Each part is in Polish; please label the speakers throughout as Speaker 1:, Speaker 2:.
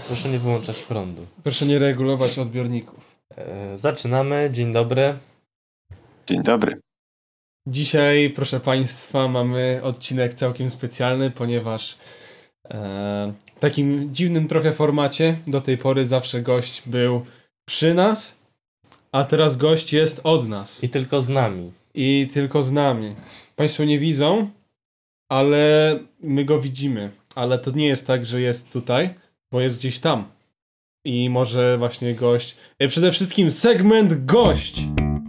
Speaker 1: Proszę nie wyłączać prądu.
Speaker 2: Proszę nie regulować odbiorników.
Speaker 1: Zaczynamy. Dzień dobry.
Speaker 3: Dzień dobry.
Speaker 2: Dzisiaj, proszę Państwa, mamy odcinek całkiem specjalny, ponieważ w takim dziwnym trochę formacie do tej pory zawsze gość był przy nas, a teraz gość jest od nas.
Speaker 1: I tylko z nami.
Speaker 2: I tylko z nami. Państwo nie widzą, ale my go widzimy. Ale to nie jest tak, że jest tutaj, bo jest gdzieś tam. I może właśnie gość... Przede wszystkim segment gość!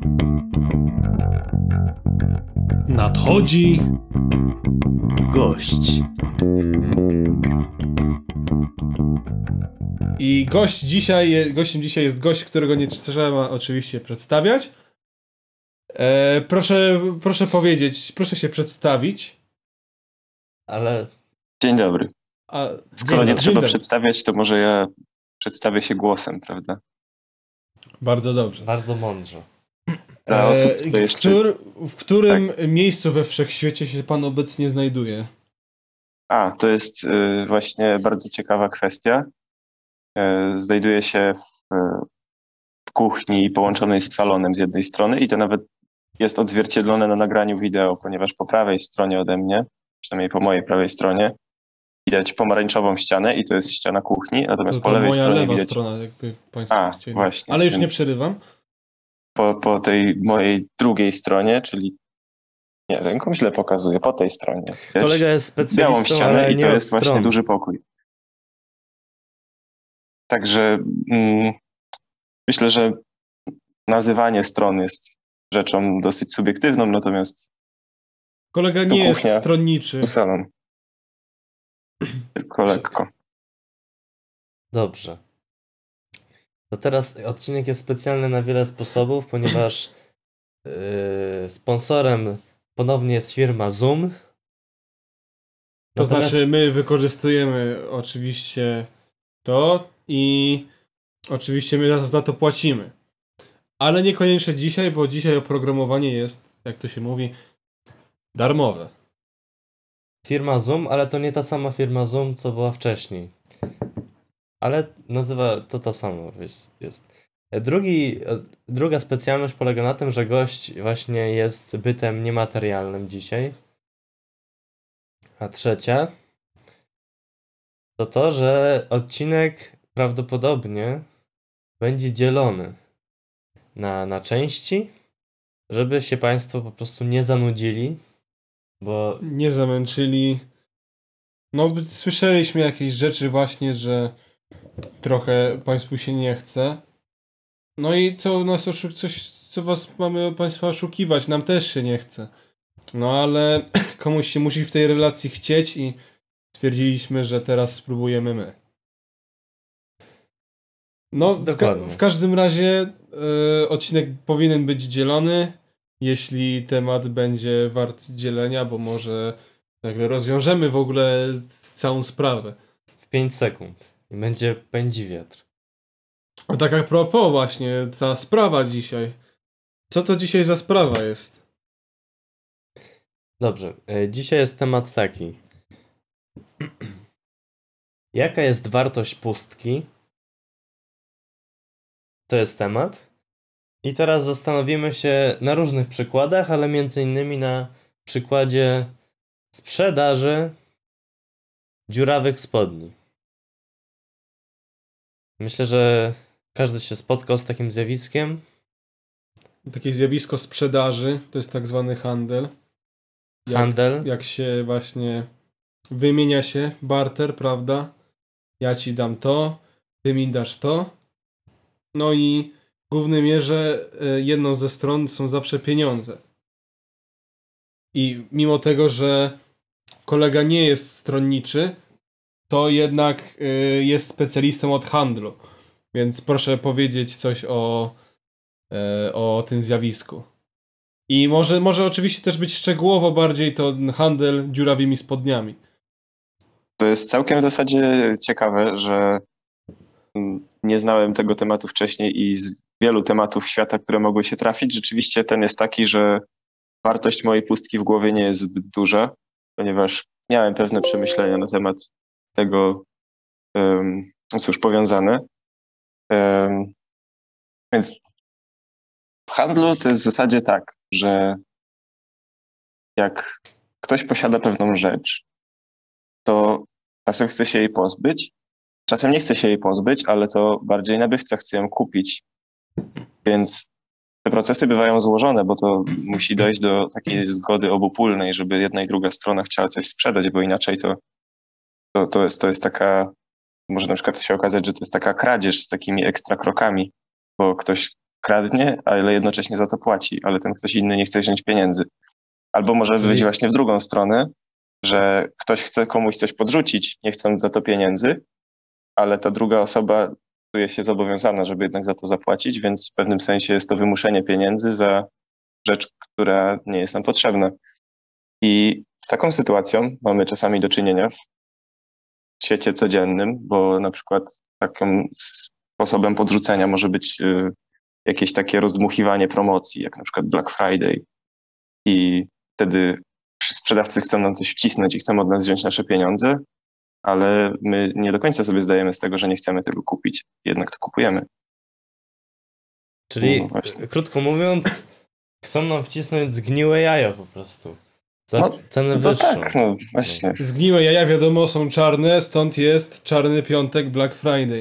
Speaker 4: Nadchodzi gość.
Speaker 2: I gościem dzisiaj jest gość, którego nie trzeba oczywiście przedstawiać. Proszę powiedzieć, proszę się przedstawić.
Speaker 1: Ale...
Speaker 3: Dzień dobry. Skoro nie trzeba
Speaker 2: dobry.
Speaker 3: przedstawiać, to może ja przedstawię się głosem, prawda?
Speaker 2: Bardzo dobrze.
Speaker 1: Bardzo mądrze.
Speaker 3: Dla osób, które jeszcze...
Speaker 2: W którym miejscu we wszechświecie się pan obecnie znajduje?
Speaker 3: To jest właśnie bardzo ciekawa kwestia. Znajduję się w kuchni połączonej z salonem z jednej strony i to nawet jest odzwierciedlone na nagraniu wideo, ponieważ po prawej stronie ode mnie, przynajmniej po mojej prawej stronie, widać pomarańczową ścianę i to jest ściana kuchni, natomiast po lewej stronie
Speaker 2: lewa
Speaker 3: widać...
Speaker 2: strona, jakby państwo chcieli.
Speaker 3: Właśnie.
Speaker 2: Ale już nie przerywam.
Speaker 3: Po tej mojej drugiej stronie, czyli nie, ręką źle pokazuję, po tej stronie.
Speaker 1: Kolega jest specjalistą,
Speaker 3: białą ścianę
Speaker 1: ale
Speaker 3: i
Speaker 1: nie
Speaker 3: to
Speaker 1: od
Speaker 3: jest właśnie
Speaker 1: stron.
Speaker 3: duży pokój. Także myślę, że nazywanie stron jest rzeczą dosyć subiektywną, natomiast
Speaker 2: Kolega
Speaker 3: tu
Speaker 2: nie jest
Speaker 3: kuchnia,
Speaker 2: stronniczy.
Speaker 3: tu salon. Tylko lekko.
Speaker 1: Dobrze. To teraz odcinek jest specjalny na wiele sposobów, ponieważ sponsorem ponownie jest firma Zoom.
Speaker 2: To znaczy my wykorzystujemy oczywiście to i oczywiście my za to płacimy. Ale niekoniecznie dzisiaj, bo dzisiaj oprogramowanie jest, jak to się mówi, darmowe.
Speaker 1: Firma Zoom, ale to nie ta sama firma Zoom, co była wcześniej. Ale nazywa to samo jest. Druga specjalność polega na tym, że gość właśnie jest bytem niematerialnym dzisiaj. A trzecia to, że odcinek prawdopodobnie będzie dzielony na części, żeby się Państwo po prostu nie zanudzili, bo...
Speaker 2: Nie zamęczyli. No, słyszeliśmy jakieś rzeczy właśnie, że trochę Państwu się nie chce. No i co was mamy Państwa oszukiwać? Nam też się nie chce. No ale komuś się musi w tej relacji chcieć i stwierdziliśmy, że teraz spróbujemy my. No, w każdym razie odcinek powinien być dzielony, jeśli temat będzie wart dzielenia, bo może rozwiążemy w ogóle całą sprawę.
Speaker 1: W 5 sekund. I będzie pędzi wiatr.
Speaker 2: A tak a propos właśnie, ta sprawa dzisiaj. Co to dzisiaj za sprawa jest?
Speaker 1: Dobrze, dzisiaj jest temat taki. Jaka jest wartość pustki? To jest temat. I teraz zastanowimy się na różnych przykładach, ale między innymi na przykładzie sprzedaży dziurawych spodni. Myślę, że każdy się spotkał z takim zjawiskiem.
Speaker 2: Takie zjawisko sprzedaży, to jest tak zwany handel.
Speaker 1: Handel.
Speaker 2: Jak się właśnie wymienia się, barter, prawda? Ja ci dam to, ty mi dasz to. No i w głównej mierze jedną ze stron są zawsze pieniądze. I mimo tego, że kolega nie jest stronniczy, to jednak jest specjalistą od handlu. Więc proszę powiedzieć coś o tym zjawisku. I może oczywiście też być szczegółowo bardziej to handel dziurawymi spodniami.
Speaker 3: To jest całkiem w zasadzie ciekawe, że nie znałem tego tematu wcześniej i z wielu tematów świata, które mogły się trafić, rzeczywiście ten jest taki, że wartość mojej pustki w głowie nie jest zbyt duża, ponieważ miałem pewne przemyślenia na temat tego, no cóż, powiązane. Więc w handlu to jest w zasadzie tak, że jak ktoś posiada pewną rzecz, to czasem chce się jej pozbyć, czasem nie chce się jej pozbyć, ale to bardziej nabywca chce ją kupić. Więc te procesy bywają złożone, bo to musi dojść do takiej zgody obopólnej, żeby jedna i druga strona chciała coś sprzedać, bo inaczej to jest taka, może na przykład się okazać, że to jest taka kradzież z takimi ekstra krokami, bo ktoś kradnie, ale jednocześnie za to płaci, ale ten ktoś inny nie chce wziąć pieniędzy. Albo może być właśnie w drugą stronę, że ktoś chce komuś coś podrzucić, nie chcąc za to pieniędzy, ale ta druga osoba czuje się zobowiązana, żeby jednak za to zapłacić, więc w pewnym sensie jest to wymuszenie pieniędzy za rzecz, która nie jest nam potrzebna. I z taką sytuacją mamy czasami do czynienia w świecie codziennym, bo na przykład takim sposobem podrzucenia może być jakieś takie rozdmuchiwanie promocji, jak na przykład Black Friday. I wtedy sprzedawcy chcą nam coś wcisnąć i chcą od nas wziąć nasze pieniądze, ale my nie do końca sobie zdajemy z tego, że nie chcemy tego kupić. Jednak to kupujemy.
Speaker 1: Czyli,
Speaker 3: No właśnie.
Speaker 1: krótko mówiąc, chcą nam wcisnąć zgniłe jaja po prostu. Za cenę
Speaker 3: No to
Speaker 1: wyższą.
Speaker 3: tak, no właśnie.
Speaker 2: Zgniłe jaja, wiadomo, są czarne, stąd jest Czarny Piątek, Black Friday.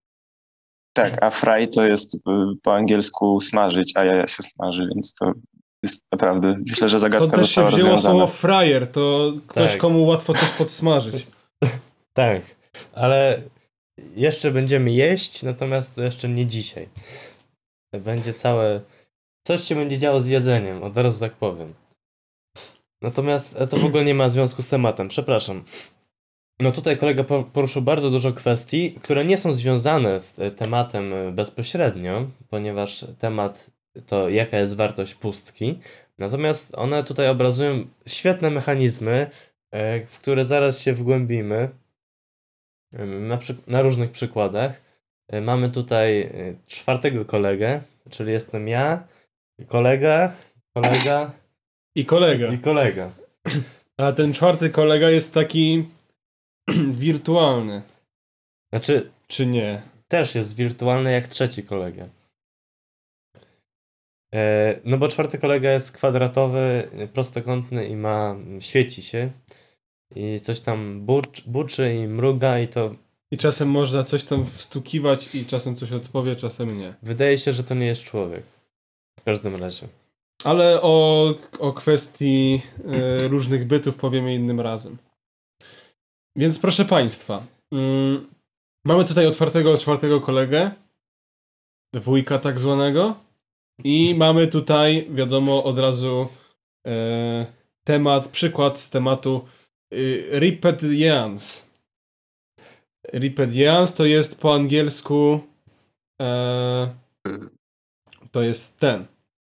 Speaker 3: Tak, a fry to jest po angielsku smażyć, a jaja się smaży, więc to jest naprawdę, myślę, że zagadka
Speaker 2: Stąd też się
Speaker 3: została
Speaker 2: wzięło
Speaker 3: rozwiązana.
Speaker 2: słowo frajer, to ktoś,
Speaker 1: Tak.
Speaker 2: komu łatwo coś podsmażyć.
Speaker 1: Tak, ale jeszcze będziemy jeść, natomiast to jeszcze nie dzisiaj. Będzie całe... Coś się będzie działo z jedzeniem, od razu tak powiem. Natomiast to w ogóle nie ma związku z tematem, przepraszam. No tutaj kolega poruszył bardzo dużo kwestii, które nie są związane z tematem bezpośrednio, ponieważ temat to jaka jest wartość pustki. Natomiast one tutaj obrazują świetne mechanizmy, w które zaraz się wgłębimy na różnych przykładach. Mamy tutaj czwartego kolegę, czyli jestem ja, kolega
Speaker 2: I kolega.
Speaker 1: i kolega.
Speaker 2: A ten czwarty kolega jest taki wirtualny,
Speaker 1: Znaczy,
Speaker 2: czy nie?
Speaker 1: też jest wirtualny jak trzeci kolega. No bo czwarty kolega jest kwadratowy, prostokątny i świeci się i coś tam buczy i mruga i to
Speaker 2: I czasem można coś tam wstukiwać i czasem coś odpowie, czasem nie.
Speaker 1: wydaje się, że to nie jest człowiek. W każdym razie.
Speaker 2: Ale o kwestii różnych bytów powiemy innym razem. Więc proszę Państwa, mamy tutaj otwartego czwartego kolegę, wujka tak zwanego, i mamy tutaj, wiadomo, od razu przykład z tematu Repetience. Repetience to jest po angielsku to jest ten.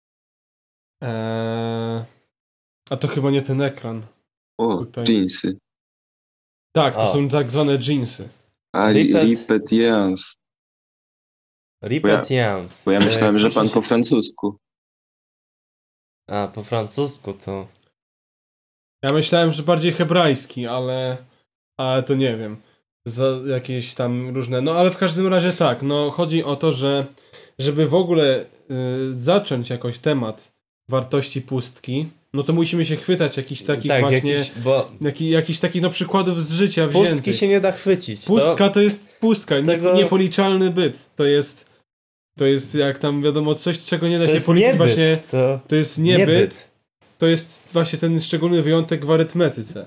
Speaker 2: A to chyba nie ten ekran.
Speaker 3: O,
Speaker 2: Tutaj.
Speaker 3: jeansy.
Speaker 2: Tak, to
Speaker 1: O.
Speaker 2: są tak zwane jeansy.
Speaker 3: A repetience.
Speaker 1: Repetience.
Speaker 3: Bo ja myślałem, że
Speaker 1: Proszę
Speaker 3: pan
Speaker 1: się-
Speaker 3: po francusku.
Speaker 1: A, po francusku to...
Speaker 2: Ja myślałem, że bardziej hebrajski, ale to nie wiem. Za jakieś tam różne. No ale w każdym razie tak. No chodzi o to, że żeby w ogóle zacząć jakoś temat wartości pustki, no to musimy się chwytać jakichś takich
Speaker 1: tak,
Speaker 2: właśnie
Speaker 1: bo
Speaker 2: jakichś takich przykładów z życia wziętych.
Speaker 1: pustki się nie da chwycić.
Speaker 2: Pustka to jest pustka,
Speaker 1: tego-
Speaker 2: niepoliczalny byt. To jest jak tam wiadomo coś, czego nie da
Speaker 1: To
Speaker 2: się
Speaker 1: jest
Speaker 2: policzyć
Speaker 1: niebyt.
Speaker 2: właśnie. To jest niebyt.
Speaker 1: Niebyt.
Speaker 2: To jest właśnie ten szczególny wyjątek w arytmetyce.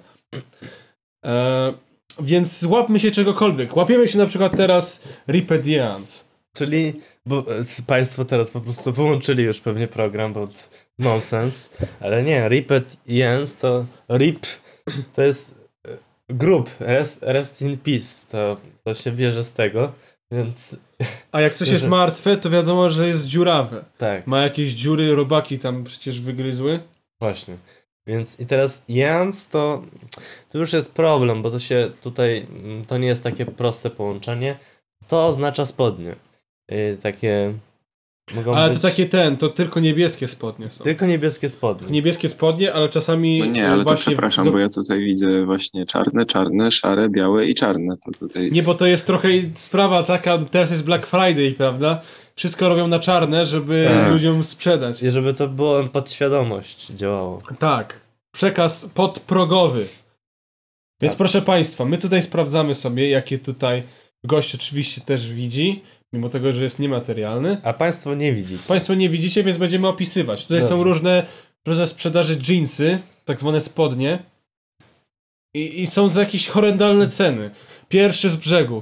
Speaker 2: Więc łapmy się czegokolwiek. Łapiemy się na przykład teraz repetience.
Speaker 1: Czyli, bo państwo teraz po prostu wyłączyli już pewnie program, bo nonsens, ale nie, repetience to to jest grób, rest in peace, to się bierze z tego, więc
Speaker 2: A jak coś jest
Speaker 1: Że-
Speaker 2: martwe, to wiadomo, że jest dziurawe.
Speaker 1: tak,
Speaker 2: Ma jakieś dziury, robaki tam przecież wygryzły.
Speaker 1: właśnie. Więc i teraz jans to już jest problem, bo to się tutaj, to nie jest takie proste połączenie, to oznacza spodnie. Takie mogą
Speaker 2: Ale
Speaker 1: być
Speaker 2: to to tylko niebieskie spodnie są.
Speaker 1: tylko niebieskie spodnie.
Speaker 2: Niebieskie spodnie, ale czasami
Speaker 3: No nie, ale to
Speaker 2: właśnie...
Speaker 3: przepraszam, bo ja tutaj widzę właśnie czarne, szare, białe i czarne. To tutaj...
Speaker 2: Nie, bo to jest trochę sprawa taka, teraz jest Black Friday, prawda? Wszystko robią na czarne, żeby
Speaker 3: Tak.
Speaker 2: ludziom sprzedać.
Speaker 1: I żeby to było podświadomość działało.
Speaker 2: Tak. Przekaz podprogowy. Więc
Speaker 1: Tak.
Speaker 2: proszę Państwa, my tutaj sprawdzamy sobie, jakie tutaj gość oczywiście też widzi, mimo tego, że jest niematerialny.
Speaker 1: A państwo nie widzicie.
Speaker 2: Państwo nie widzicie, więc będziemy opisywać. Tutaj są
Speaker 1: Dobrze.
Speaker 2: różne sprzedaży jeansy, tak zwane spodnie. I są za jakieś horrendalne ceny. Pierwszy z brzegu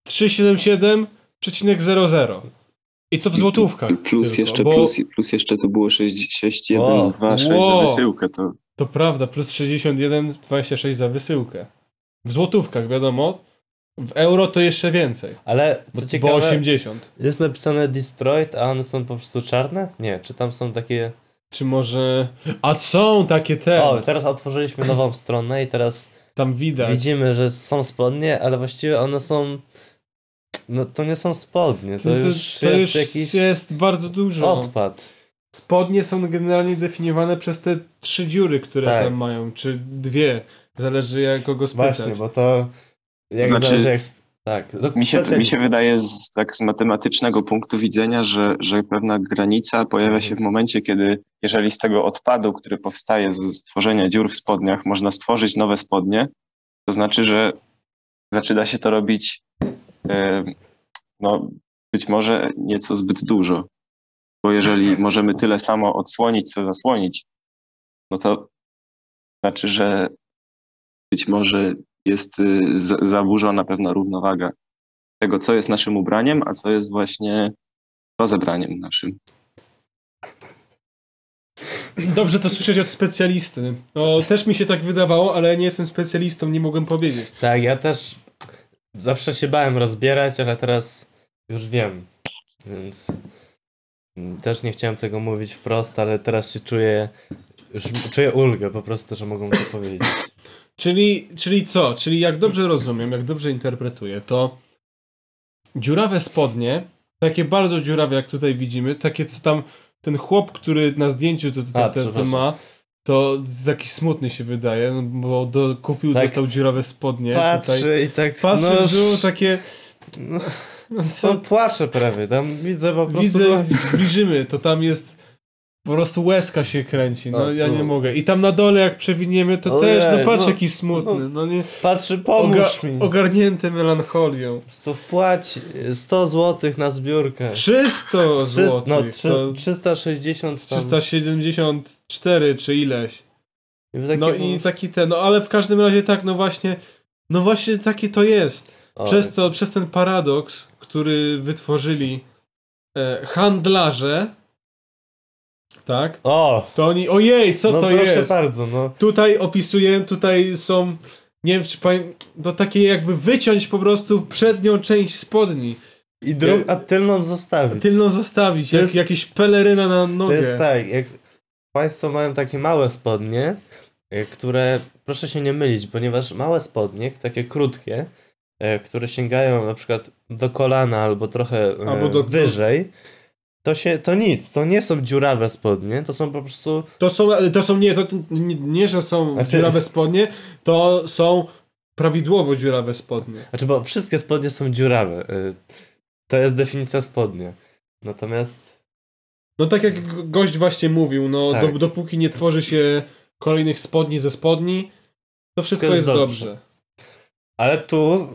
Speaker 2: 377,00. I to w złotówkach.
Speaker 3: Plus jeszcze to było 61,
Speaker 1: Wow.
Speaker 3: 2, 6
Speaker 2: Wow.
Speaker 3: za wysyłkę.
Speaker 2: To prawda, plus 61,26 za wysyłkę. W złotówkach, wiadomo. W euro to jeszcze więcej.
Speaker 1: Ale
Speaker 2: Bo,
Speaker 1: co ciekawe,
Speaker 2: bo 80.
Speaker 1: jest napisane destroyed, a one są po prostu czarne? Nie, czy tam są takie...
Speaker 2: Czy może... A są takie te.
Speaker 1: O, teraz otworzyliśmy nową stronę i teraz
Speaker 2: Tam widać.
Speaker 1: widzimy, że są spodnie, ale właściwie one są... No to nie są spodnie, to już jest jakiś
Speaker 2: jest bardzo dużo.
Speaker 1: odpad.
Speaker 2: Spodnie są generalnie definiowane przez te 3 dziury, które
Speaker 1: Tak.
Speaker 2: tam mają, czy 2. Zależy jak kogo spytać.
Speaker 1: Właśnie, bo to... Jak
Speaker 3: Znaczy,
Speaker 1: zależy jak... Tak.
Speaker 3: Mi się
Speaker 1: specjalista.
Speaker 3: wydaje z matematycznego punktu widzenia, że pewna granica pojawia się w momencie, kiedy jeżeli z tego odpadu, który powstaje ze stworzenia dziur w spodniach, można stworzyć nowe spodnie, to znaczy, że zaczyna się to robić no być może nieco zbyt dużo. Bo jeżeli możemy tyle samo odsłonić, co zasłonić, no to znaczy, że być może jest zaburzona pewna równowaga tego, co jest naszym ubraniem, a co jest właśnie rozebraniem naszym.
Speaker 2: Dobrze to słyszeć od specjalisty. No, też mi się tak wydawało, ale nie jestem specjalistą, nie mogłem powiedzieć.
Speaker 1: Tak, ja też zawsze się bałem rozbierać, ale teraz już wiem, więc też nie chciałem tego mówić wprost, ale teraz się już czuję ulgę po prostu, że mogą to powiedzieć.
Speaker 2: Czyli co? Czyli jak dobrze rozumiem, jak dobrze interpretuję, to dziurawe spodnie, takie bardzo dziurawe, jak tutaj widzimy, takie co tam ten chłop, który na zdjęciu to ma, to taki smutny się wydaje, no, bo dostał dziurawe spodnie.
Speaker 1: Patrzy
Speaker 2: tutaj.
Speaker 1: i tak...
Speaker 2: Patrzy w dół, takie...
Speaker 1: No, płaczę prawie, tam widzę po prostu...
Speaker 2: Widzę, zbliżymy, to tam jest... Po prostu łezka się kręci, no ja nie mogę. I tam na dole jak przewiniemy, to też, no patrz jaki smutny. No nie,
Speaker 1: patrzy, pomóż mi.
Speaker 2: Ogarnięty melancholią.
Speaker 1: 100 wpłać 100 zł na zbiórkę.
Speaker 2: 300 zł.
Speaker 1: No 360 tam.
Speaker 2: 374 czy ileś. No i taki no ale w każdym razie tak, no właśnie takie to jest. Przez ten paradoks, który wytworzyli handlarze, tak? To oni, ojej, co to jest?
Speaker 1: Proszę bardzo, no.
Speaker 2: Tutaj opisuję, tutaj są, nie wiem czy to takie jakby wyciąć po prostu przednią część spodni.
Speaker 1: A tylną zostawić.
Speaker 2: Tylną zostawić, jak jakieś peleryna na nogę.
Speaker 1: To jest tak, jak państwo mają takie małe spodnie, które, proszę się nie mylić, ponieważ małe spodnie, takie krótkie, które sięgają na przykład do kolana albo trochę wyżej, to nic, to nie są dziurawe spodnie, to są po prostu...
Speaker 2: To nie, że są dziurawe spodnie, to są prawidłowo dziurawe spodnie.
Speaker 1: Znaczy, bo wszystkie spodnie są dziurawe. To jest definicja spodnia. Natomiast...
Speaker 2: No tak jak gość właśnie mówił, no
Speaker 1: tak.
Speaker 2: Dopóki nie tworzy się kolejnych spodni ze spodni, to wszystko jest dobrze.
Speaker 1: Ale tu,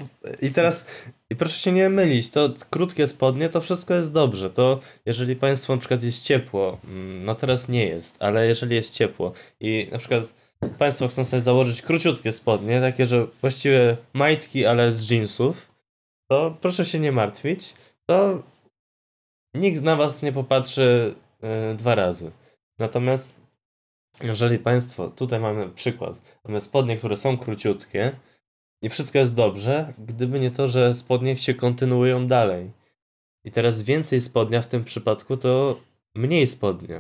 Speaker 1: i proszę się nie mylić, to krótkie spodnie, to wszystko jest dobrze. To jeżeli państwu na przykład jest ciepło, no teraz nie jest, ale jeżeli jest ciepło i na przykład państwo chcą sobie założyć króciutkie spodnie, takie, że właściwie majtki, ale z jeansów, to proszę się nie martwić, to nikt na was nie popatrzy 2 razy. Natomiast jeżeli państwo, tutaj mamy przykład, mamy spodnie, które są króciutkie i wszystko jest dobrze, gdyby nie to, że spodnie się kontynuują dalej. I teraz więcej spodnia w tym przypadku to mniej spodnia.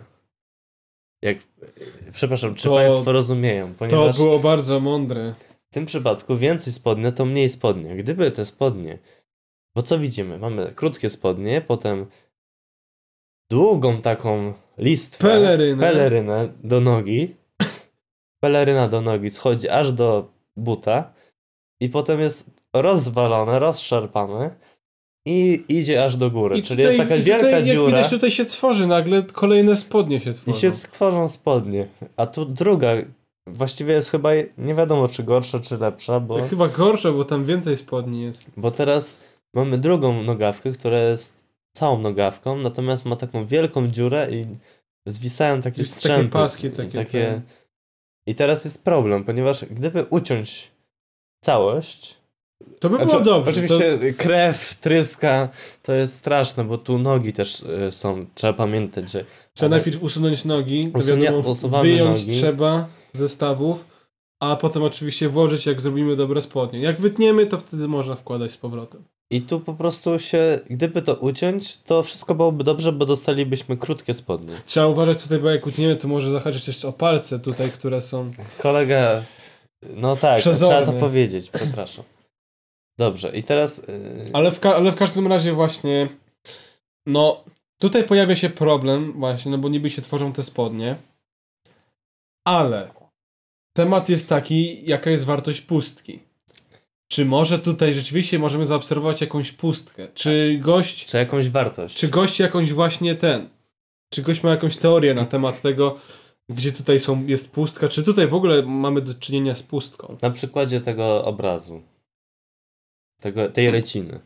Speaker 1: Przepraszam, czy państwo rozumieją? Ponieważ
Speaker 2: to było bardzo mądre.
Speaker 1: w tym przypadku więcej spodnia to mniej spodnia. Gdyby te spodnie, bo co widzimy? Mamy krótkie spodnie, potem długą taką listwę, pelerynę do nogi. Peleryna do nogi schodzi aż do buta i potem jest rozwalone, rozszarpane i idzie aż do góry. Czyli jest taka wielka dziura.
Speaker 2: Jak widać, tutaj się tworzy nagle, kolejne spodnie się tworzą.
Speaker 1: I się tworzą spodnie. A tu druga, właściwie jest chyba, nie wiadomo czy gorsza, czy lepsza, bo...
Speaker 2: Chyba gorsza, bo tam więcej spodni jest.
Speaker 1: Bo teraz mamy drugą nogawkę, która jest całą nogawką, natomiast ma taką wielką dziurę i zwisają takie strzępy.
Speaker 2: Takie paski. Takie...
Speaker 1: I teraz jest problem, ponieważ gdyby uciąć całość...
Speaker 2: To by było dobrze.
Speaker 1: Oczywiście krew, tryska, to jest straszne, bo tu nogi też są, trzeba pamiętać, że...
Speaker 2: Trzeba najpierw usunąć nogi, to wiadomo, wyjąć nogi. Trzeba ze stawów, a potem oczywiście włożyć, jak zrobimy dobre spodnie. Jak wytniemy, to wtedy można wkładać z powrotem.
Speaker 1: I tu po prostu się, gdyby to uciąć, to wszystko byłoby dobrze, bo dostalibyśmy krótkie spodnie.
Speaker 2: Trzeba uważać tutaj, bo jak utniemy, to może zahaczyć jeszcze o palce tutaj, które są...
Speaker 1: Kolega, no tak,
Speaker 2: przezorne.
Speaker 1: trzeba to powiedzieć, przepraszam. Dobrze, i teraz...
Speaker 2: Ale w każdym razie właśnie, no, tutaj pojawia się problem właśnie, no bo niby się tworzą te spodnie, ale temat jest taki, jaka jest wartość pustki. Czy może tutaj rzeczywiście możemy zaobserwować jakąś pustkę? Czy gość...
Speaker 1: Czy jakąś wartość?
Speaker 2: Czy gość jakąś właśnie czy gość ma jakąś teorię na temat tego, gdzie tutaj jest pustka? Czy tutaj w ogóle mamy do czynienia z pustką?
Speaker 1: Na przykładzie tego obrazu. Tej reciny.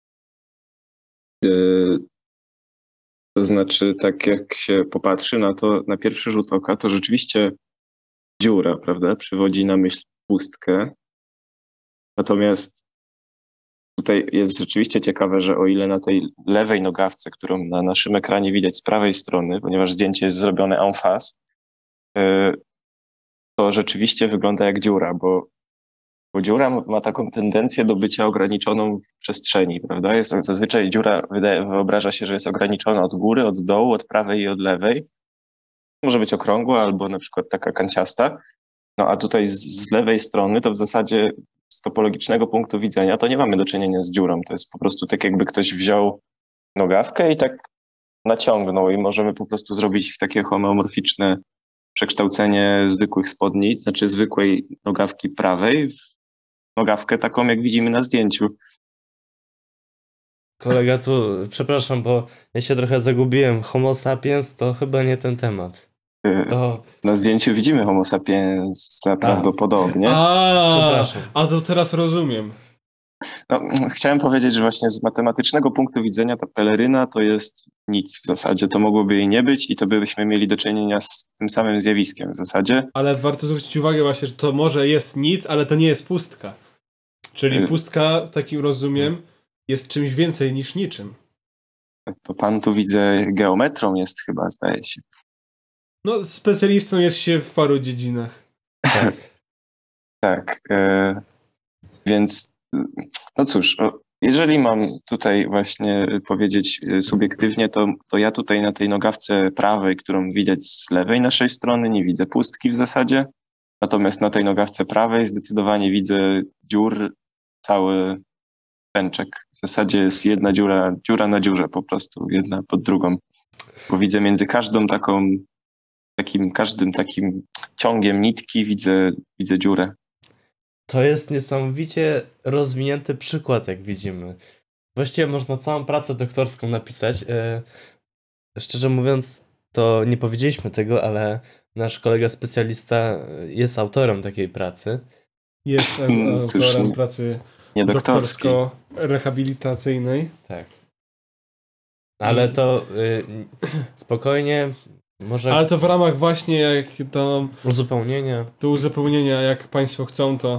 Speaker 3: To znaczy, tak jak się popatrzy na to na pierwszy rzut oka, to rzeczywiście dziura, prawda, przywodzi na myśl pustkę. Natomiast tutaj jest rzeczywiście ciekawe, że o ile na tej lewej nogawce, którą na naszym ekranie widać z prawej strony, ponieważ zdjęcie jest zrobione en face, to rzeczywiście wygląda jak dziura, bo dziura ma taką tendencję do bycia ograniczoną w przestrzeni, prawda? Zazwyczaj dziura wyobraża się, że jest ograniczona od góry, od dołu, od prawej i od lewej. Może być okrągła albo na przykład taka kanciasta. No a tutaj z lewej strony to w zasadzie z topologicznego punktu widzenia to nie mamy do czynienia z dziurą. To jest po prostu tak, jakby ktoś wziął nogawkę i tak naciągnął i możemy po prostu zrobić takie homeomorficzne przekształcenie zwykłych spodni, znaczy zwykłej nogawki prawej w nogawkę taką, jak widzimy na zdjęciu.
Speaker 1: Kolega tu, przepraszam, bo ja się trochę zagubiłem. Homo sapiens to chyba nie ten temat.
Speaker 3: Na zdjęciu widzimy Homo sapiensa prawdopodobnie.
Speaker 1: Przepraszam.
Speaker 2: A to teraz rozumiem.
Speaker 3: No, chciałem powiedzieć, że właśnie z matematycznego punktu widzenia ta peleryna to jest nic w zasadzie. To mogłoby jej nie być i to byśmy mieli do czynienia z tym samym zjawiskiem w zasadzie.
Speaker 2: Ale warto zwrócić uwagę właśnie, że to może jest nic, ale to nie jest pustka. Czyli pustka, w takim rozumiem, jest czymś więcej niż niczym.
Speaker 3: To pan tu widzę geometrą jest chyba, zdaje się.
Speaker 2: No, specjalistą jest się w paru dziedzinach.
Speaker 1: Tak.
Speaker 3: Tak. Więc, no cóż, jeżeli mam tutaj właśnie powiedzieć subiektywnie, to ja tutaj na tej nogawce prawej, którą widać z lewej naszej strony, nie widzę pustki w zasadzie. Natomiast na tej nogawce prawej zdecydowanie widzę cały pęczek. W zasadzie jest jedna dziura na dziurze po prostu, jedna pod drugą. Bo widzę między każdym takim ciągiem nitki widzę dziurę.
Speaker 1: To jest niesamowicie rozwinięty przykład, jak widzimy. Właściwie można całą pracę doktorską napisać. Szczerze mówiąc, to nie powiedzieliśmy tego, ale nasz kolega specjalista jest autorem takiej pracy.
Speaker 2: Jest autorem pracy doktorsko-rehabilitacyjnej.
Speaker 1: Tak. Ale to spokojnie może...
Speaker 2: Ale to w ramach właśnie jak to...
Speaker 1: Uzupełnienia.
Speaker 2: Do uzupełnienia, jak państwo chcą, to...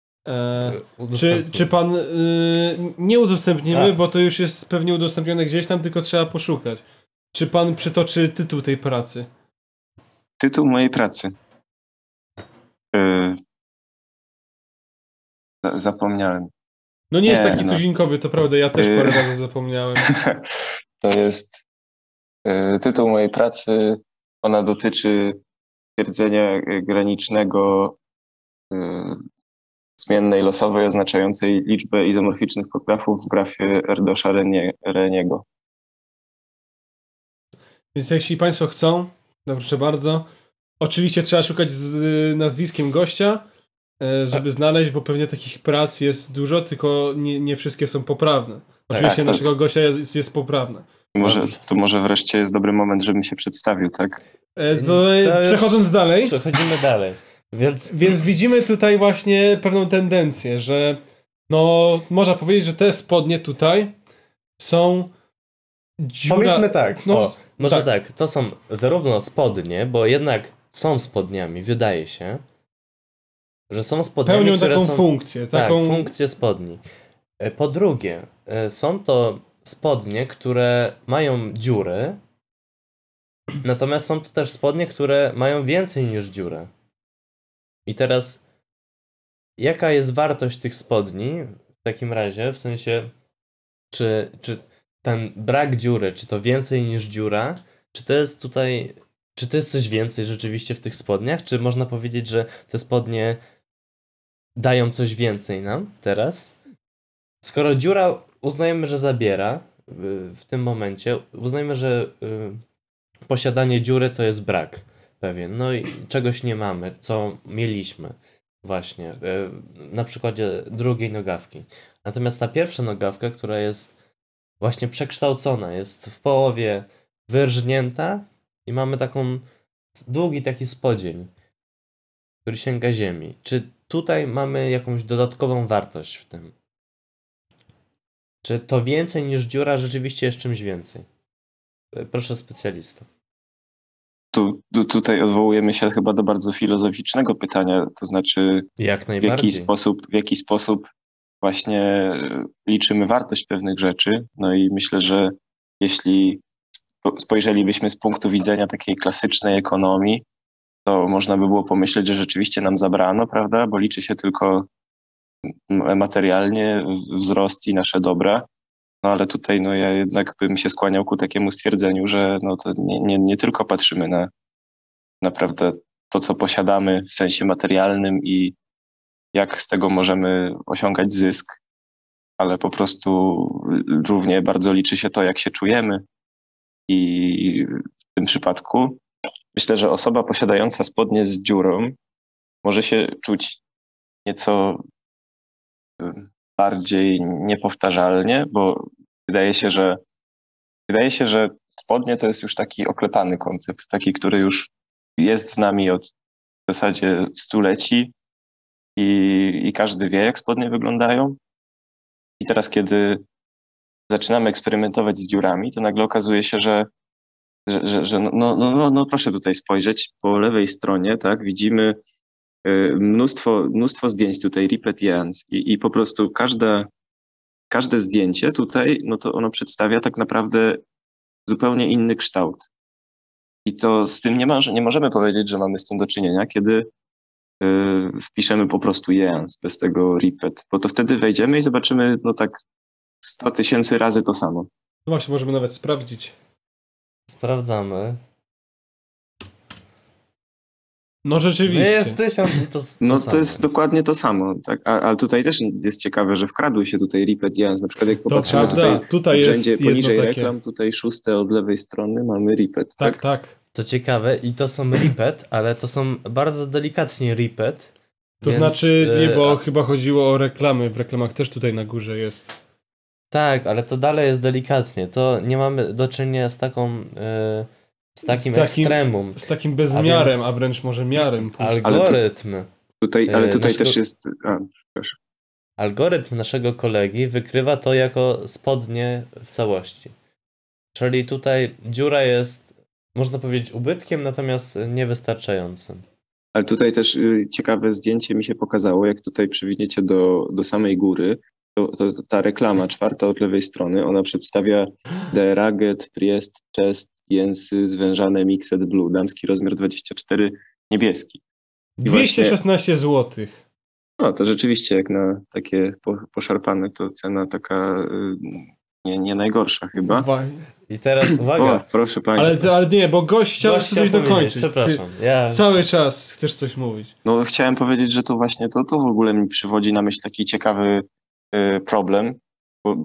Speaker 2: Czy pan... nie udostępnimy, bo to już jest pewnie udostępnione gdzieś tam, tylko trzeba poszukać. Czy pan przytoczy tytuł tej pracy?
Speaker 3: Tytuł mojej pracy? Zapomniałem.
Speaker 2: No nie jest taki tuzinkowy, to prawda, ja też parę razy zapomniałem.
Speaker 3: To jest tytuł mojej pracy, ona dotyczy twierdzenia granicznego zmiennej losowej oznaczającej liczbę izomorficznych podgrafów w grafie Erdősa-Rényego.
Speaker 2: Więc jeśli państwo chcą, to proszę bardzo. Oczywiście trzeba szukać z nazwiskiem gościa, żeby znaleźć, bo pewnie takich prac jest dużo, tylko nie wszystkie są poprawne. Oczywiście naszego gościa jest poprawne.
Speaker 3: Może wreszcie jest dobry moment, żebym się przedstawił, tak?
Speaker 2: Przechodząc dalej.
Speaker 1: Przechodzimy dalej.
Speaker 2: Więc widzimy tutaj właśnie pewną tendencję, że no można powiedzieć, że te spodnie tutaj są
Speaker 1: Powiedzmy tak, może tak, to są zarówno spodnie, bo jednak są spodniami, wydaje się, że są spodniami,
Speaker 2: pełnią
Speaker 1: które
Speaker 2: taką
Speaker 1: są,
Speaker 2: funkcję.
Speaker 1: funkcję spodni. Po drugie, są to spodnie, które mają dziury, natomiast są to też spodnie, które mają więcej niż dziurę. I teraz, jaka jest wartość tych spodni w takim razie, w sensie, czy ten brak dziury, czy to więcej niż dziura, czy to jest tutaj, czy to jest coś więcej rzeczywiście w tych spodniach, czy można powiedzieć, że te spodnie dają coś więcej nam teraz? Skoro dziura uznajemy, że zabiera w tym momencie, uznajmy, że posiadanie dziury to jest brak pewien, no i czegoś nie mamy, co mieliśmy właśnie, na przykładzie drugiej nogawki. Natomiast ta pierwsza nogawka, która jest właśnie przekształcona, jest w połowie wyrżnięta i mamy długi taki spodzień, który sięga ziemi. Czy tutaj mamy jakąś dodatkową wartość w tym? Czy to więcej niż dziura rzeczywiście jest czymś więcej? Proszę specjalista.
Speaker 3: Tutaj odwołujemy się chyba do bardzo filozoficznego pytania, to znaczy
Speaker 1: jak najbardziej.
Speaker 3: w jaki sposób właśnie liczymy wartość pewnych rzeczy. No i myślę, że jeśli spojrzelibyśmy z punktu widzenia takiej klasycznej ekonomii, to można by było pomyśleć, że rzeczywiście nam zabrano, prawda, bo liczy się tylko materialnie wzrost i nasze dobra. No ale tutaj ja jednak bym się skłaniał ku takiemu stwierdzeniu, że to nie tylko patrzymy na naprawdę to, co posiadamy w sensie materialnym i jak z tego możemy osiągać zysk, ale po prostu równie bardzo liczy się to, jak się czujemy. I w tym przypadku myślę, że osoba posiadająca spodnie z dziurą może się czuć nieco bardziej niepowtarzalnie, bo wydaje się, że spodnie to jest już taki oklepany koncept, taki, który już jest z nami od w zasadzie stuleci i każdy wie, jak spodnie wyglądają. I teraz, kiedy zaczynamy eksperymentować z dziurami, to nagle okazuje się, że proszę tutaj spojrzeć po lewej stronie, tak, widzimy mnóstwo zdjęć tutaj, Ripet Jans i po prostu każde zdjęcie tutaj, no to ono przedstawia tak naprawdę zupełnie inny kształt. I to z tym nie możemy powiedzieć, że mamy z tym do czynienia, kiedy wpiszemy po prostu Jans bez tego Ripet, bo to wtedy wejdziemy i zobaczymy 100 000 razy to samo.
Speaker 2: No właśnie, możemy nawet sprawdzić.
Speaker 1: Sprawdzamy.
Speaker 2: No rzeczywiście.
Speaker 1: Jest 1000 i to
Speaker 3: to jest dokładnie to samo. Tak? Ale tutaj też jest ciekawe, że wkradły się tutaj Ripet Jans. Na przykład jak popatrzymy tutaj w rzędzie poniżej reklam, tutaj 6 od lewej strony mamy Ripet.
Speaker 2: Tak.
Speaker 1: To ciekawe i to są Ripet, ale to są bardzo delikatnie Ripet.
Speaker 2: To znaczy, nie, bo chyba chodziło o reklamy. W reklamach też tutaj na górze jest.
Speaker 1: Tak, ale to dalej jest delikatnie. To nie mamy do czynienia z takim ekstremum.
Speaker 2: Z takim bezmiarem, a wręcz może miarem.
Speaker 1: Algorytm.
Speaker 3: Ale tutaj też jest... proszę.
Speaker 1: Algorytm naszego kolegi wykrywa to jako spodnie w całości. Czyli tutaj dziura jest, można powiedzieć, ubytkiem, natomiast niewystarczającym.
Speaker 3: Ale tutaj też ciekawe zdjęcie mi się pokazało, jak tutaj przywiniecie do samej góry, to ta reklama 4 od lewej strony, ona przedstawia The Rugged Priest Chest Jensy zwężane Mixed Blue, damski rozmiar 24, niebieski.
Speaker 2: 216 zł.
Speaker 3: No to rzeczywiście jak na takie poszarpane to cena taka nie najgorsza chyba.
Speaker 1: I teraz uwaga.
Speaker 3: Proszę Państwa.
Speaker 2: Ale nie, bo gość chciał coś dokończyć.
Speaker 1: Przepraszam.
Speaker 2: Cały czas chcesz coś mówić.
Speaker 3: No chciałem powiedzieć, że to właśnie to w ogóle mi przywodzi na myśl taki ciekawy problem, bo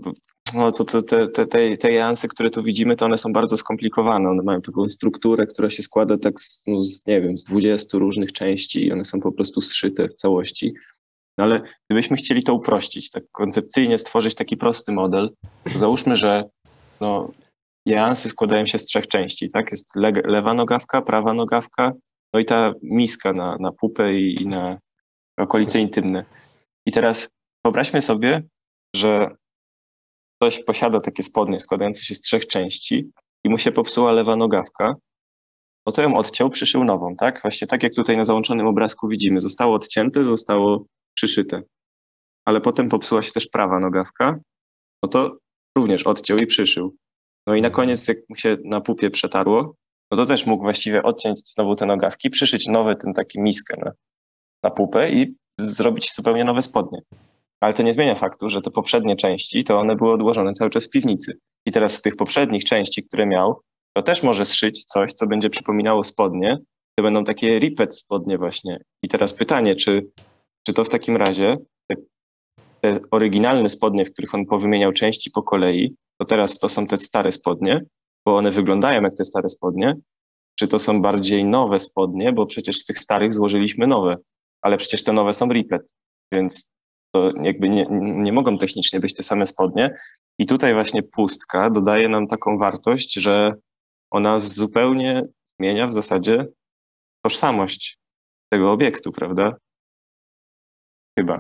Speaker 3: No to te jansy, które tu widzimy, to one są bardzo skomplikowane. One mają taką strukturę, która się składa tak nie wiem, z 20 różnych części i one są po prostu zszyte w całości. No ale gdybyśmy chcieli to uprościć, tak koncepcyjnie stworzyć taki prosty model, to załóżmy, że no, jansy składają się z 3 części, tak? Jest lewa nogawka, prawa nogawka, no i ta miska na pupę i na okolice intymne. I teraz wyobraźmy sobie, że ktoś posiada takie spodnie składające się z 3 części i mu się popsuła lewa nogawka, no to ją odciął, przyszył nową, tak? Właśnie tak jak tutaj na załączonym obrazku widzimy. Zostało odcięte, zostało przyszyte. Ale potem popsuła się też prawa nogawka, no to również odciął i przyszył. No i na koniec, jak mu się na pupie przetarło, no to też mógł właściwie odciąć znowu te nogawki, przyszyć nowe, ten taki miskę na pupę i zrobić zupełnie nowe spodnie. Ale to nie zmienia faktu, że te poprzednie części, to one były odłożone cały czas w piwnicy. I teraz z tych poprzednich części, które miał, to też może zszyć coś, co będzie przypominało spodnie. To będą takie repeat spodnie właśnie. I teraz pytanie, czy to w takim razie te oryginalne spodnie, w których on powymieniał części po kolei, to teraz to są te stare spodnie, bo one wyglądają jak te stare spodnie, czy to są bardziej nowe spodnie, bo przecież z tych starych złożyliśmy nowe, ale przecież te nowe są repeat, więc to jakby nie mogą technicznie być te same spodnie. I tutaj właśnie pustka dodaje nam taką wartość, że ona zupełnie zmienia w zasadzie tożsamość tego obiektu, prawda? Chyba.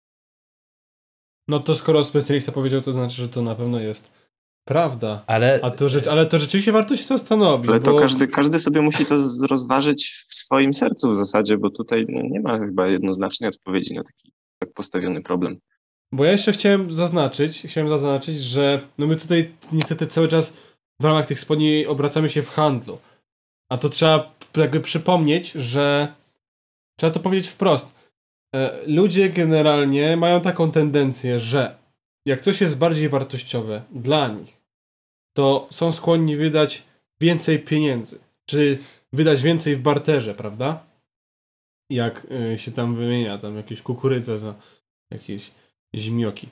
Speaker 2: No to skoro specjalista powiedział, to znaczy, że to na pewno jest prawda.
Speaker 1: Ale
Speaker 2: Ale to rzeczywiście warto się zastanowić.
Speaker 3: Ale to
Speaker 2: bo...
Speaker 3: każdy sobie musi to rozważyć w swoim sercu w zasadzie, bo tutaj nie ma chyba jednoznacznej odpowiedzi na taki tak postawiony problem.
Speaker 2: Bo ja jeszcze chciałem zaznaczyć, że no my tutaj niestety cały czas w ramach tych spodni obracamy się w handlu. A to trzeba jakby przypomnieć, że trzeba to powiedzieć wprost. Ludzie generalnie mają taką tendencję, że jak coś jest bardziej wartościowe dla nich, to są skłonni wydać więcej pieniędzy. Czy wydać więcej w barterze, prawda? Jak się tam wymienia tam jakieś kukurydze za jakieś zimioki.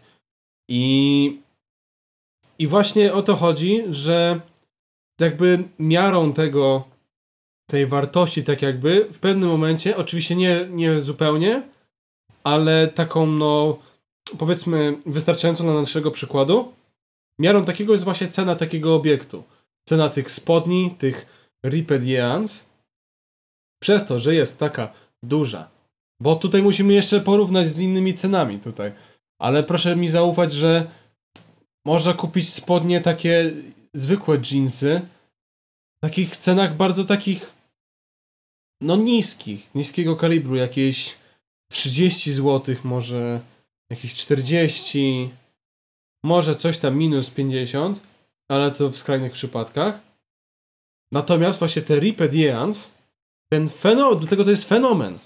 Speaker 2: I właśnie o to chodzi, że jakby miarą tej wartości tak jakby w pewnym momencie, oczywiście nie zupełnie, ale taką no powiedzmy wystarczającą dla naszego przykładu, miarą takiego jest właśnie cena takiego obiektu. Cena tych spodni, tych repeat yarns, przez to, że jest taka duża. Bo tutaj musimy jeszcze porównać z innymi cenami tutaj. Ale proszę mi zaufać, że można kupić spodnie takie zwykłe jeansy w takich cenach bardzo takich no niskiego kalibru, jakieś 30 zł, może jakieś 40, może coś tam minus 50, ale to w skrajnych przypadkach. Natomiast właśnie te repeat yarns, dlatego to jest fenomen,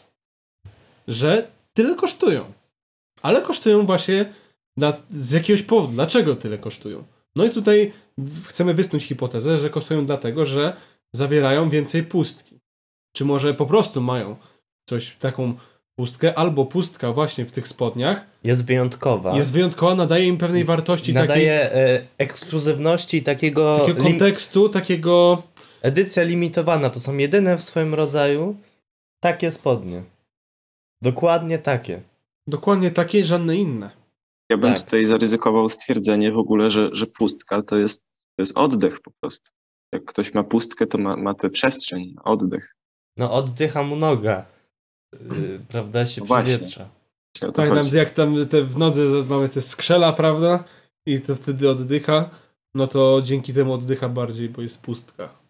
Speaker 2: że tyle kosztują. Ale kosztują właśnie z jakiegoś powodu. Dlaczego tyle kosztują? No i tutaj chcemy wysnuć hipotezę, że kosztują dlatego, że zawierają więcej pustki. Czy może po prostu mają taką pustkę, albo pustka właśnie w tych spodniach
Speaker 1: jest wyjątkowa.
Speaker 2: Nadaje im pewnej wartości.
Speaker 1: Nadaje ekskluzywności, takiego
Speaker 2: kontekstu, takiego...
Speaker 1: Edycja limitowana, to są jedyne w swoim rodzaju takie spodnie. Dokładnie takie.
Speaker 2: Dokładnie takie, żadne inne.
Speaker 3: Ja bym tutaj zaryzykował stwierdzenie w ogóle, że pustka to jest oddech po prostu. Jak ktoś ma pustkę, to ma tę przestrzeń, oddech.
Speaker 1: No oddycha mu noga. Prawda? Się przewietrza.
Speaker 2: Tak, jak tam w nodze mamy te skrzela, prawda? I to wtedy oddycha. No to dzięki temu oddycha bardziej, bo jest pustka.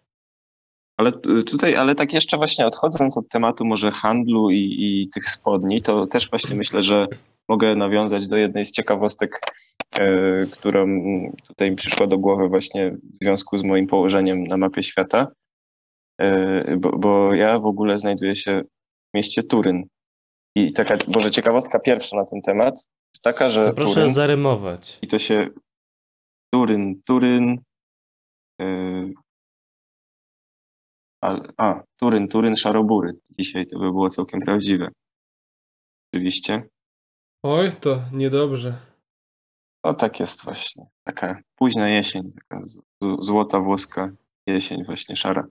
Speaker 3: Ale tak jeszcze właśnie odchodząc od tematu może handlu i tych spodni, to też właśnie myślę, że mogę nawiązać do jednej z ciekawostek, która tutaj mi przyszła do głowy właśnie w związku z moim położeniem na mapie świata, bo ja w ogóle znajduję się w mieście Turyn. I taka może ciekawostka pierwsza na ten temat jest taka, że
Speaker 1: to proszę
Speaker 3: Turyn,
Speaker 1: zarymować.
Speaker 3: I to się Turyn, Szarobury. Dzisiaj to by było całkiem prawdziwe. Oczywiście.
Speaker 2: Oj, to niedobrze.
Speaker 3: No tak jest właśnie. Taka późna jesień, taka złota włoska jesień, właśnie szara.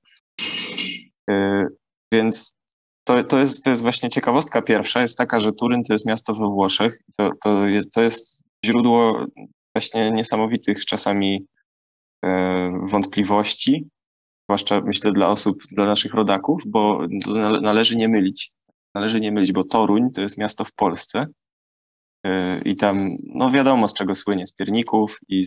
Speaker 3: Więc to jest właśnie ciekawostka pierwsza, jest taka, że Turyn to jest miasto we Włoszech. To jest źródło właśnie niesamowitych czasami wątpliwości, zwłaszcza myślę dla naszych rodaków, bo należy nie mylić. Należy nie mylić, bo Toruń to jest miasto w Polsce i tam, no wiadomo z czego słynie, z pierników i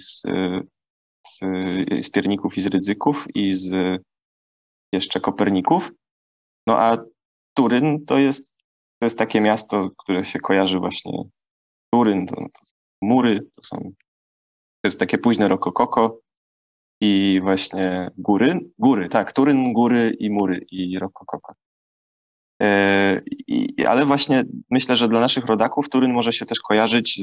Speaker 3: z pierników i z Rydzyków i z jeszcze Koperników. No a Turyn to jest takie miasto, które się kojarzy właśnie. Turyn to mury, to jest takie późne rokokoko i właśnie góry, tak, Turyn, góry i mury i rokokoko. Ale właśnie myślę, że dla naszych rodaków Turyn może się też kojarzyć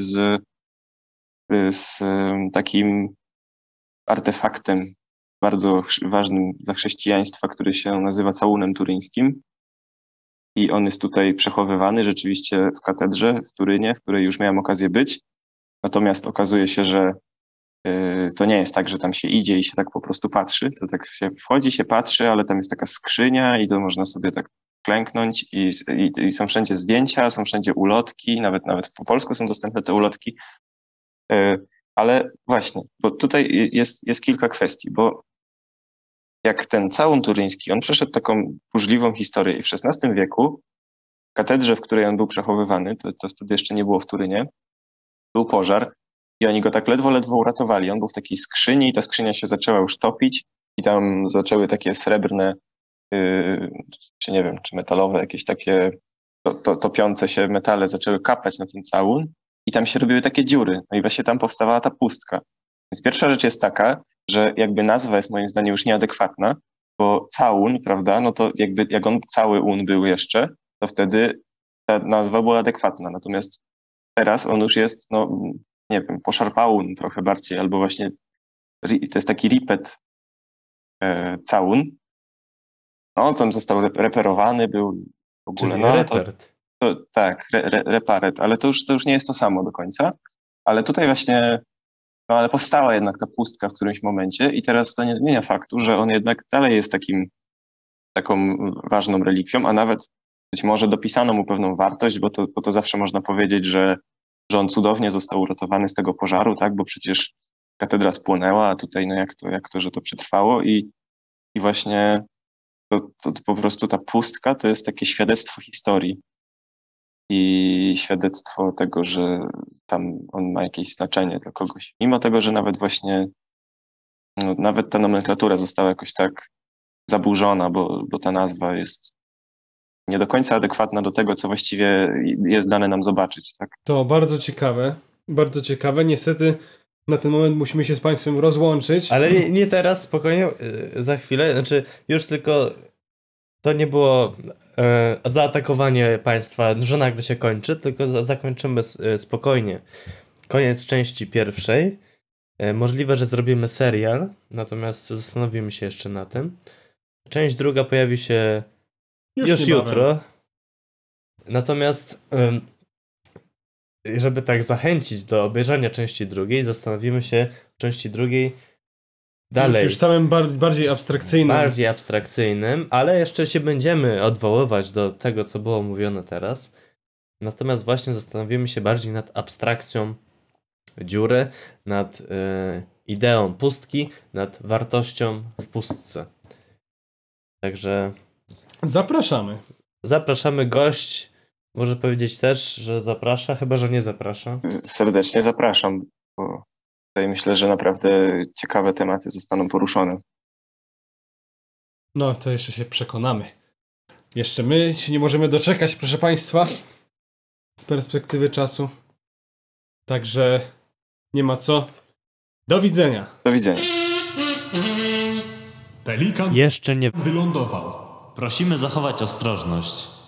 Speaker 3: z takim artefaktem bardzo ważnym dla chrześcijaństwa, który się nazywa całunem turyńskim. I on jest tutaj przechowywany rzeczywiście w katedrze w Turynie, w której już miałem okazję być. Natomiast okazuje się, że to nie jest tak, że tam się idzie i się tak po prostu patrzy. To tak się wchodzi, się patrzy, ale tam jest taka skrzynia i to można sobie tak klęknąć i są wszędzie zdjęcia, są wszędzie ulotki, nawet po polsku są dostępne te ulotki. Ale właśnie, bo tutaj jest kilka kwestii, bo jak ten całun turyński, on przeszedł taką burzliwą historię i w XVI wieku w katedrze, w której on był przechowywany, to wtedy jeszcze nie było w Turynie, był pożar i oni go tak ledwo uratowali. On był w takiej skrzyni i ta skrzynia się zaczęła już topić i tam zaczęły takie srebrne, czy nie wiem, czy metalowe, jakieś takie topiące się metale zaczęły kapać na ten całun i tam się robiły takie dziury. No i właśnie tam powstawała ta pustka. Więc pierwsza rzecz jest taka, że jakby nazwa jest moim zdaniem już nieadekwatna, bo całun, prawda, no to jakby jak on cały un był jeszcze, to wtedy ta nazwa była adekwatna. Natomiast teraz on już jest, no nie wiem, poszarpałun trochę bardziej, albo właśnie to jest taki ripet całun. No on tam został reperowany, był w ogóle.
Speaker 1: Czyli
Speaker 3: no ale
Speaker 1: repert.
Speaker 3: tak, reparet, ale to już nie jest to samo do końca. Ale tutaj właśnie, no ale powstała jednak ta pustka w którymś momencie i teraz to nie zmienia faktu, że on jednak dalej jest taką ważną relikwią, a nawet być może dopisano mu pewną wartość, bo to zawsze można powiedzieć, że on cudownie został uratowany z tego pożaru, tak, bo przecież katedra spłonęła, a tutaj no jak to, że to przetrwało i właśnie to po prostu ta pustka to jest takie świadectwo historii i świadectwo tego, że tam on ma jakieś znaczenie dla kogoś. Mimo tego, że nawet właśnie, no, nawet ta nomenklatura została jakoś tak zaburzona, bo ta nazwa jest nie do końca adekwatna do tego, co właściwie jest dane nam zobaczyć. Tak?
Speaker 2: To bardzo ciekawe, bardzo ciekawe. Niestety na ten moment musimy się z Państwem rozłączyć.
Speaker 1: Ale nie teraz, spokojnie, za chwilę. Znaczy, już tylko to nie było zaatakowanie państwa, że nagle się kończy, tylko zakończymy spokojnie. Koniec części pierwszej. Możliwe, że zrobimy serial, natomiast zastanowimy się jeszcze na tym. Część druga pojawi się już jutro. Natomiast żeby tak zachęcić do obejrzenia części drugiej, zastanowimy się w części drugiej dalej.
Speaker 2: Już samym bardziej abstrakcyjnym.
Speaker 1: Bardziej abstrakcyjnym, ale jeszcze się będziemy odwoływać do tego, co było mówione teraz. Natomiast właśnie zastanowimy się bardziej nad abstrakcją dziury, nad ideą pustki, nad wartością w pustce. Także zapraszamy. Gość może powiedzieć też, że zaprasza, chyba że nie zaprasza.
Speaker 3: Serdecznie zapraszam, bo tutaj myślę, że naprawdę ciekawe tematy zostaną poruszone.
Speaker 2: No, to jeszcze się przekonamy. Jeszcze my się nie możemy doczekać, proszę Państwa, z perspektywy czasu. Także nie ma co. Do widzenia.
Speaker 3: Do widzenia.
Speaker 4: Pelikan
Speaker 1: Jeszcze nie
Speaker 4: wylądował.
Speaker 1: Prosimy zachować ostrożność.